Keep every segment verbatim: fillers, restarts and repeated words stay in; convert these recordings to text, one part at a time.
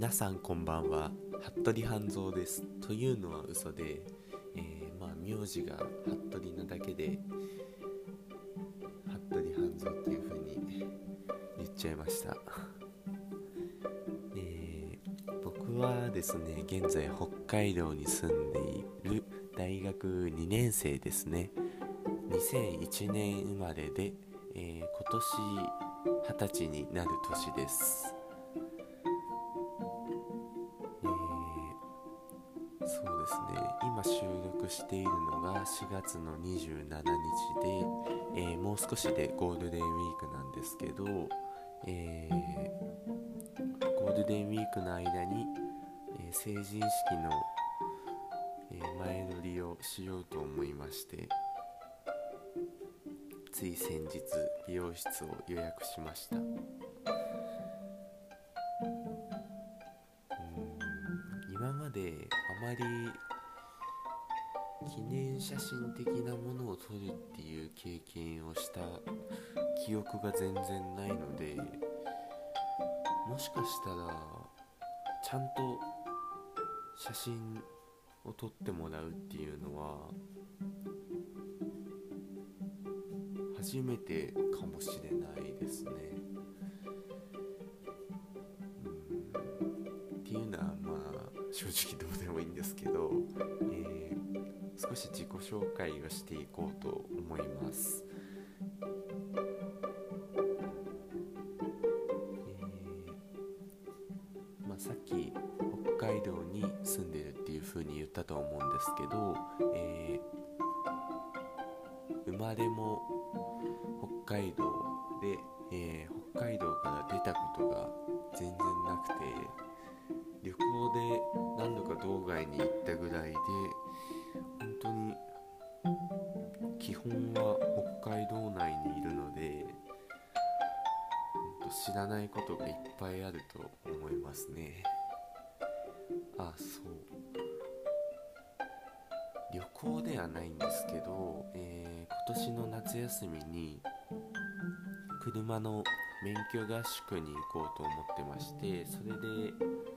皆さんこんばんは。服部半蔵です。というのは嘘で、えー、まあ名字が服部なだけで服部半蔵っていう風に言っちゃいました。えー、僕はですね、現在北海道に住んでいる大学にねん生ですね。にせんいちねん生まれで、えー、今年はたちになる年です。そうですね、今収録しているのがしがつのにじゅうしちにちで、えー、もう少しでゴールデンウィークなんですけど、えー、ゴールデンウィークの間に、えー、成人式の、えー、前撮りをしようと思いまして、つい先日美容室を予約しました。今まであまり記念写真的なものを撮るっていう経験をした記憶が全然ないので、もしかしたらちゃんと写真を撮ってもらうっていうのは初めてかもしれないですね。うんっていうのはまあ正直どうでもいいんですけど、えー、少し自己紹介をしていこうと思います。えーまあ、さっき北海道に住んでるっていう風に言ったと思うんですけど、えー、生まれも北海道で、えー、北海道から出たことが全然なくて、旅行で何度か道外に行ったぐらいで、本当に基本は北海道内にいるので、知らないことがいっぱいあると思いますね。あ、そう、旅行ではないんですけど、えー、今年の夏休みに車の免許合宿に行こうと思ってまして、それで、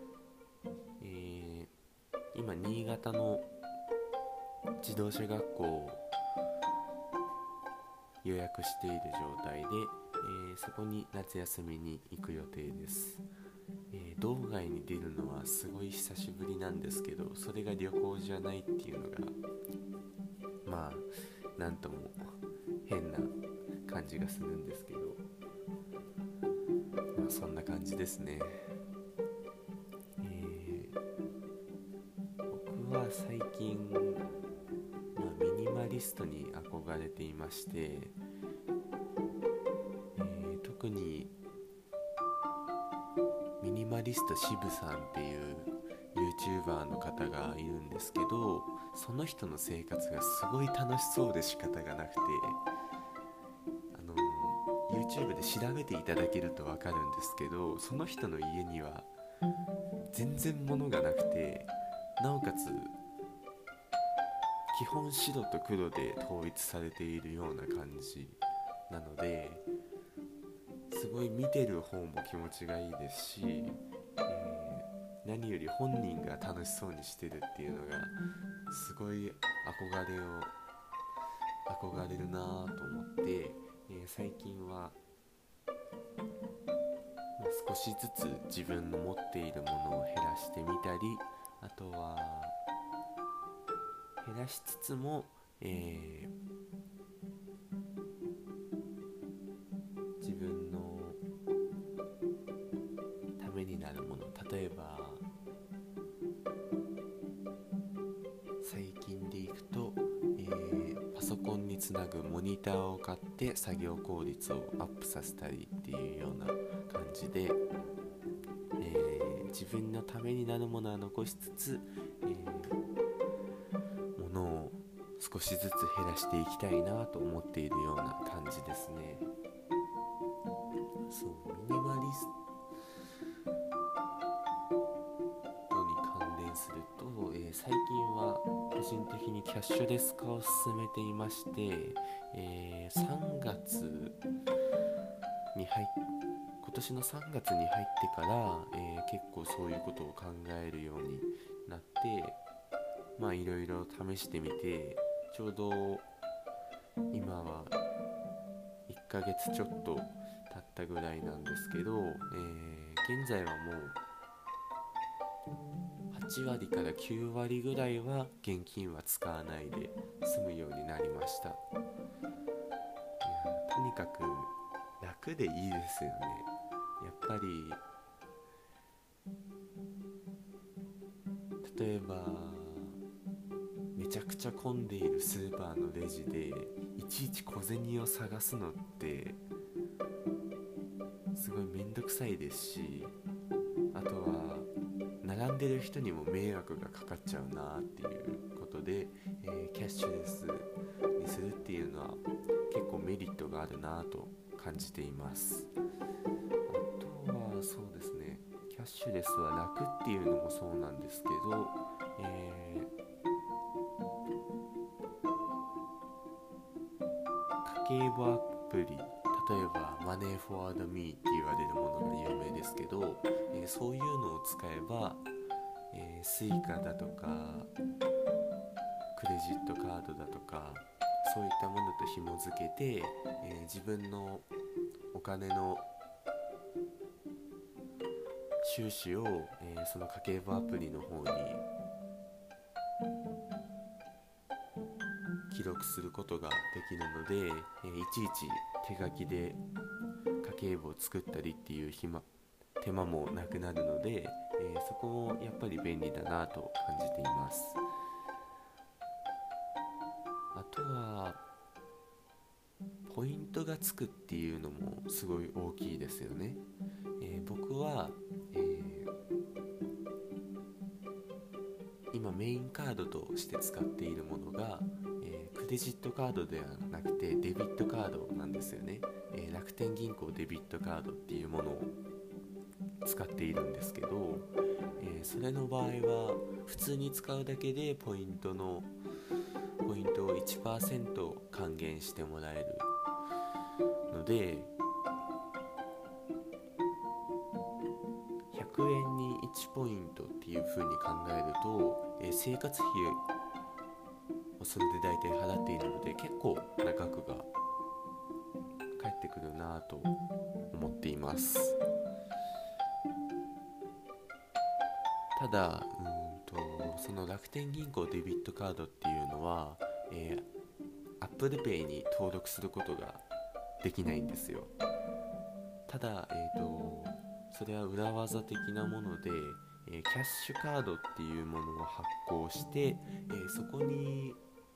えー、今新潟の自動車学校を予約している状態で、えー、そこに夏休みに行く予定です。えー、道外に出るのはすごい久しぶりなんですけど、それが旅行じゃないっていうのがまあなんとも変な感じがするんですけど、まあそんな感じですね。えー、僕は最近、まあ、ミニマリストに憧れていまして、えー、特にミニマリスト渋さんっていう YouTuber の方がいるんですけど、その人の生活がすごい楽しそうで仕方がなくて、あの YouTube で調べていただけると分かるんですけど、その人の家には全然物がなくて、なおかつ基本白と黒で統一されているような感じなので、すごい見てる方も気持ちがいいですし、えー、何より本人が楽しそうにしてるっていうのがすごい憧れを憧れるなと思って、えー、最近は、まあ、少しずつ自分の持っているものを減らしてみたり、あとは減らしつつも、えー自分のためになるもの、例えば最近でいくと、えーパソコンにつなぐモニターを買って作業効率をアップさせたりっていうような感じで、えー自分のためになるものは残しつつ、えーものを少しずつ減らしていきたいなと思っているような感じですね。そう、ミニマリストに関連すると、えー最近は個人的にキャッシュレス化を進めていまして、えーさんがつに入っ今年のさんがつに入ってから、えー結構そういうことを考えるようになって、まあいろいろ試してみて、ちょうど今はいっかげつちょっと経ったぐらいなんですけど、えー現在はもうはちわりからきゅうわりぐらいは現金は使わないで済むようになりました。いやとにかく楽でいいですよね。やっぱり例えばめちゃくちゃ混んでいるスーパーのレジでいちいち小銭を探すのってすごいめんどくさいですし、あとは並んでる人にも迷惑がかかっちゃうなっていうことで、えーキャッシュレスにするっていうのは結構メリットがあるなと感じています。あとはそうですね、キャッシュレスは楽っていうのもそうなんですけど、えー家計簿アプリ、例えばマネーフォワードミーって言われるものが有名ですけど、えーそういうのを使えば、えー、スイカだとかクレジットカードだとかそういったものと紐付けて、えー自分のお金の収支を、えーその家計簿アプリの方に記録することができるので、えーいちいち手書きで家計簿を作ったりっていう暇手間もなくなるので、えーそこもやっぱり便利だなと感じています。あとはポイントがつくっていうのもすごい大きいですよね。えー僕は、えー今メインカードとして使っているものが、えークレジットカードではなくてデビットカードなんですよね。えー楽天銀行デビットカードっていうものを使っているんですけど、えーそれの場合は普通に使うだけでポイントのポイントを いちパーセント 還元してもらえるので、ひゃくえんにいちポイントっていう風に考えると、えー生活費をそれで大体払っているので結構な額が返ってくるなと思っています。ただうーんとその楽天銀行デビットカードっていうのは、えー、Apple Pay に登録することができないんですよ。ただ、えーとそれは裏技的なもので、えーキャッシュカードっていうものを発行して、えーそこに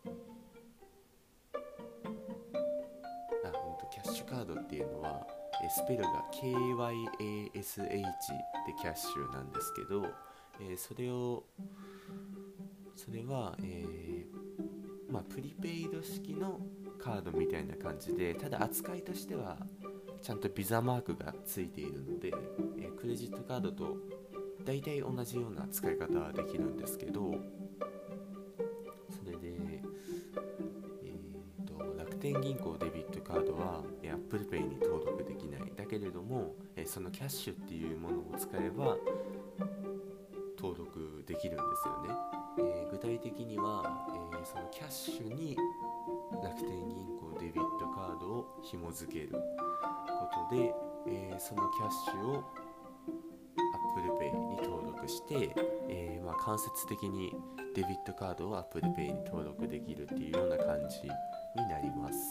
あ、うんと、キャッシュカードっていうのは、えースペルが ケーワイエーエスエイチ でキャッシュなんですけど、えーそれをそれは、えーまあ、プリペイド式のカードみたいな感じで、ただ扱いとしてはちゃんとビザマークがついているので、えークレジットカードと大体同じような使い方はできるんですけど、それで、えー、と楽天銀行デビットカードは、えー Apple Pay に登録できない。だけれども、えーそのキャッシュっていうものを使えば登録できるんですよね。えー具体的には、えーそのキャッシュに楽天銀行デビットカードを紐付けることで、えーそのキャッシュを Apple Pay に登録して、えーまあ、間接的にデビットカードを Apple Pay に登録できるっていうような感じになります。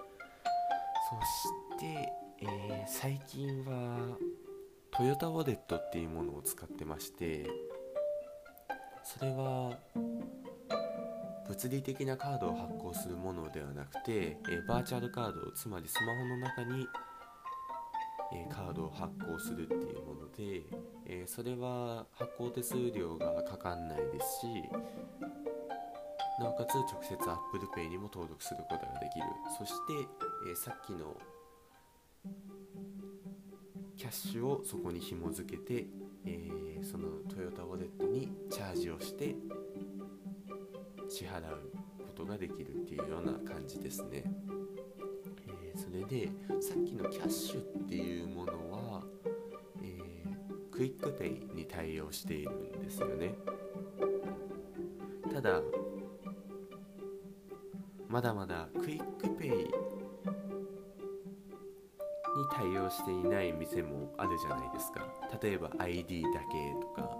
そして、えー最近はトヨタウォレットっていうものを使ってまして、それは物理的なカードを発行するものではなくて、えーバーチャルカード、つまりスマホの中に、えーカードを発行するっていうもので、えーそれは発行手数料がかかんないですし、なおかつ直接 Apple Pay にも登録することができる。そして、えーさっきのキャッシュをそこに紐付けて、えーそのトヨタウォレットにチャージをして支払うことができるっていうような感じですね。えーそれでさっきのキャッシュっていうものは、えー、クイックペイに対応しているんですよね。ただまだまだクイックペイに対応していない店もあるじゃないですか。例えば アイディー だけとか、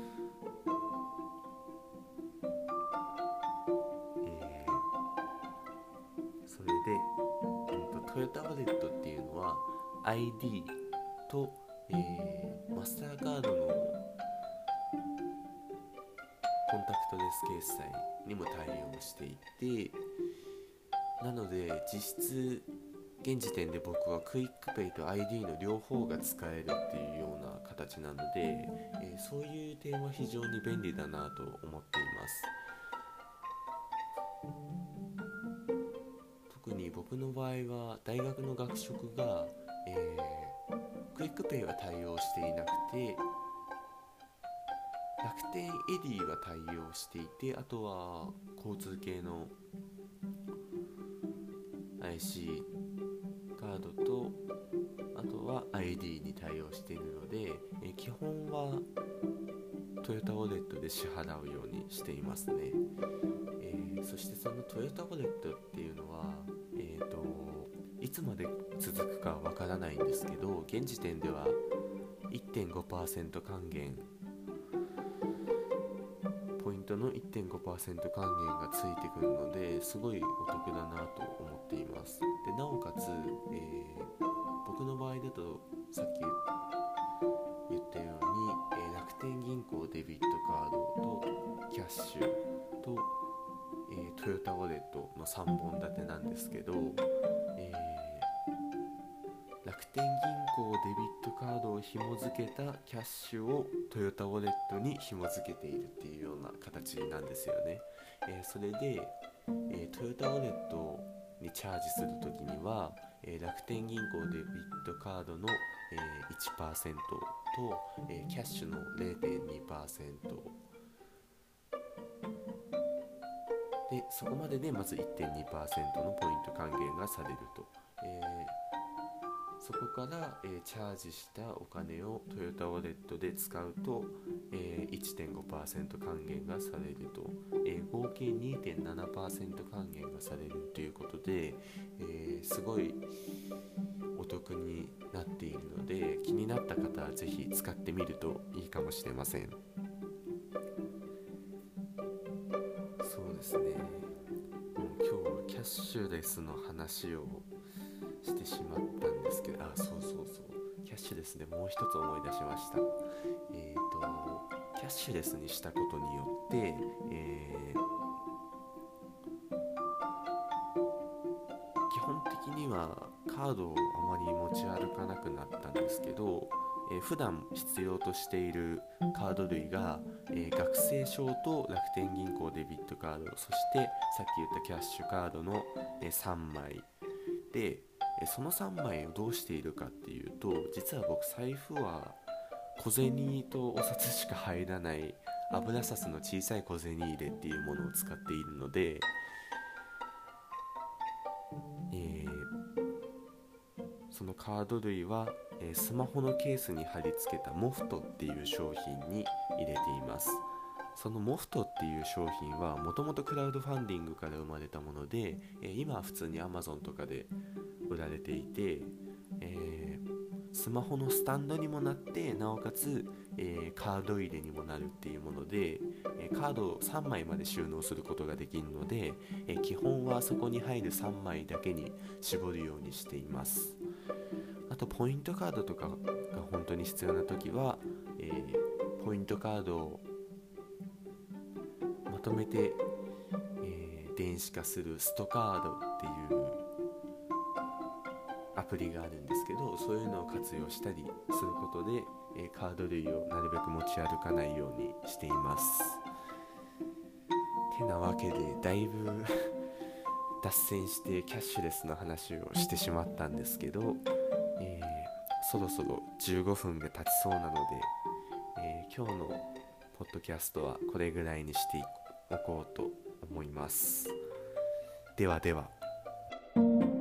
えー、それで、うんと、トヨタウォレットっていうのは アイディー と、えー、マスターカードのコンタクトレス決済にも対応していて、なので実質現時点で僕はクイックペイと アイディー の両方が使えるっていうような形なので、えー、そういう点は非常に便利だなと思っています。特に僕の場合は大学の学食が、えー、クイックペイは対応していなくて、楽天エディは対応していて、あとは交通系の アイシー カードと、あとは アイディー に対応しているので、え基本はトヨタウォレットで支払うようにしていますね。えー、そしてそのトヨタウォレットっていうのは、えーと、いつまで続くかわからないんですけど、現時点では いってんごパーセント 還元、ポイントの いってんごパーセント 還元がついてくるので、すごいお得だなと思っています。でなおかつ、えー、僕の場合だとさっき言ったように、えー、楽天銀行デビットカードとキャッシュと、えー、トヨタウォレットのさんぼん立てなんですけど、えー、楽天銀行デビットカードを紐付けたキャッシュをトヨタウォレットに紐付けているっていうような形なんですよね。えー、それで、えー、トヨタウォレットにチャージするときには、えー、楽天銀行デビットカードの、えー、いちパーセントと、えー、キャッシュの れいてんにパーセント で、そこまででまず いってんにパーセント のポイント還元がされると、えー、そこから、えー、チャージしたお金をトヨタウォレットで使うと、えー、いってんごパーセント 還元がされると、えー、合計 にてんななパーセント 還元がされるということで、えー、すごいお得になっているので、気になった方はぜひ使ってみるといいかもしれません。そうですね、もう今日はキャッシュレスの話をしてしまったんですけど、あ、そうそうそう、キャッシュレスでもう一つ思い出しました。えーとキャッシュレスにしたことによって、えー、基本的にはカードをあまり持ち歩かなくなったんですけど、えー、普段必要としているカード類が、えー、学生証と楽天銀行デビットカード、そしてさっき言ったキャッシュカードの、えー、さんまいで、そのさんまいをどうしているかっていうと、実は僕財布は小銭とお札しか入らない油さすの小さい小銭入れっていうものを使っているので、えー、そのカード類は、えー、スマホのケースに貼り付けたモフトっていう商品に入れています。そのモフトっていう商品はもともとクラウドファンディングから生まれたもので、えー、今は普通に Amazon とかで売られていて、えー、スマホのスタンドにもなって、なおかつ、えー、カード入れにもなるっていうもので、えー、カードをさんまいまで収納することができるので、えー、基本はそこに入るさんまいだけに絞るようにしています。あとポイントカードとかが本当に必要な時は、えー、ポイントカードをまとめて、えー、電子化するストカードっていうアプリがあるんですけど、そういうのを活用したりすることで、えー、カード類をなるべく持ち歩かないようにしています。てなわけでだいぶ脱線してキャッシュレスの話をしてしまったんですけど、えー、そろそろじゅうごふんが経ちそうなので、えー、今日のポッドキャストはこれぐらいにしておこうと思います。ではでは。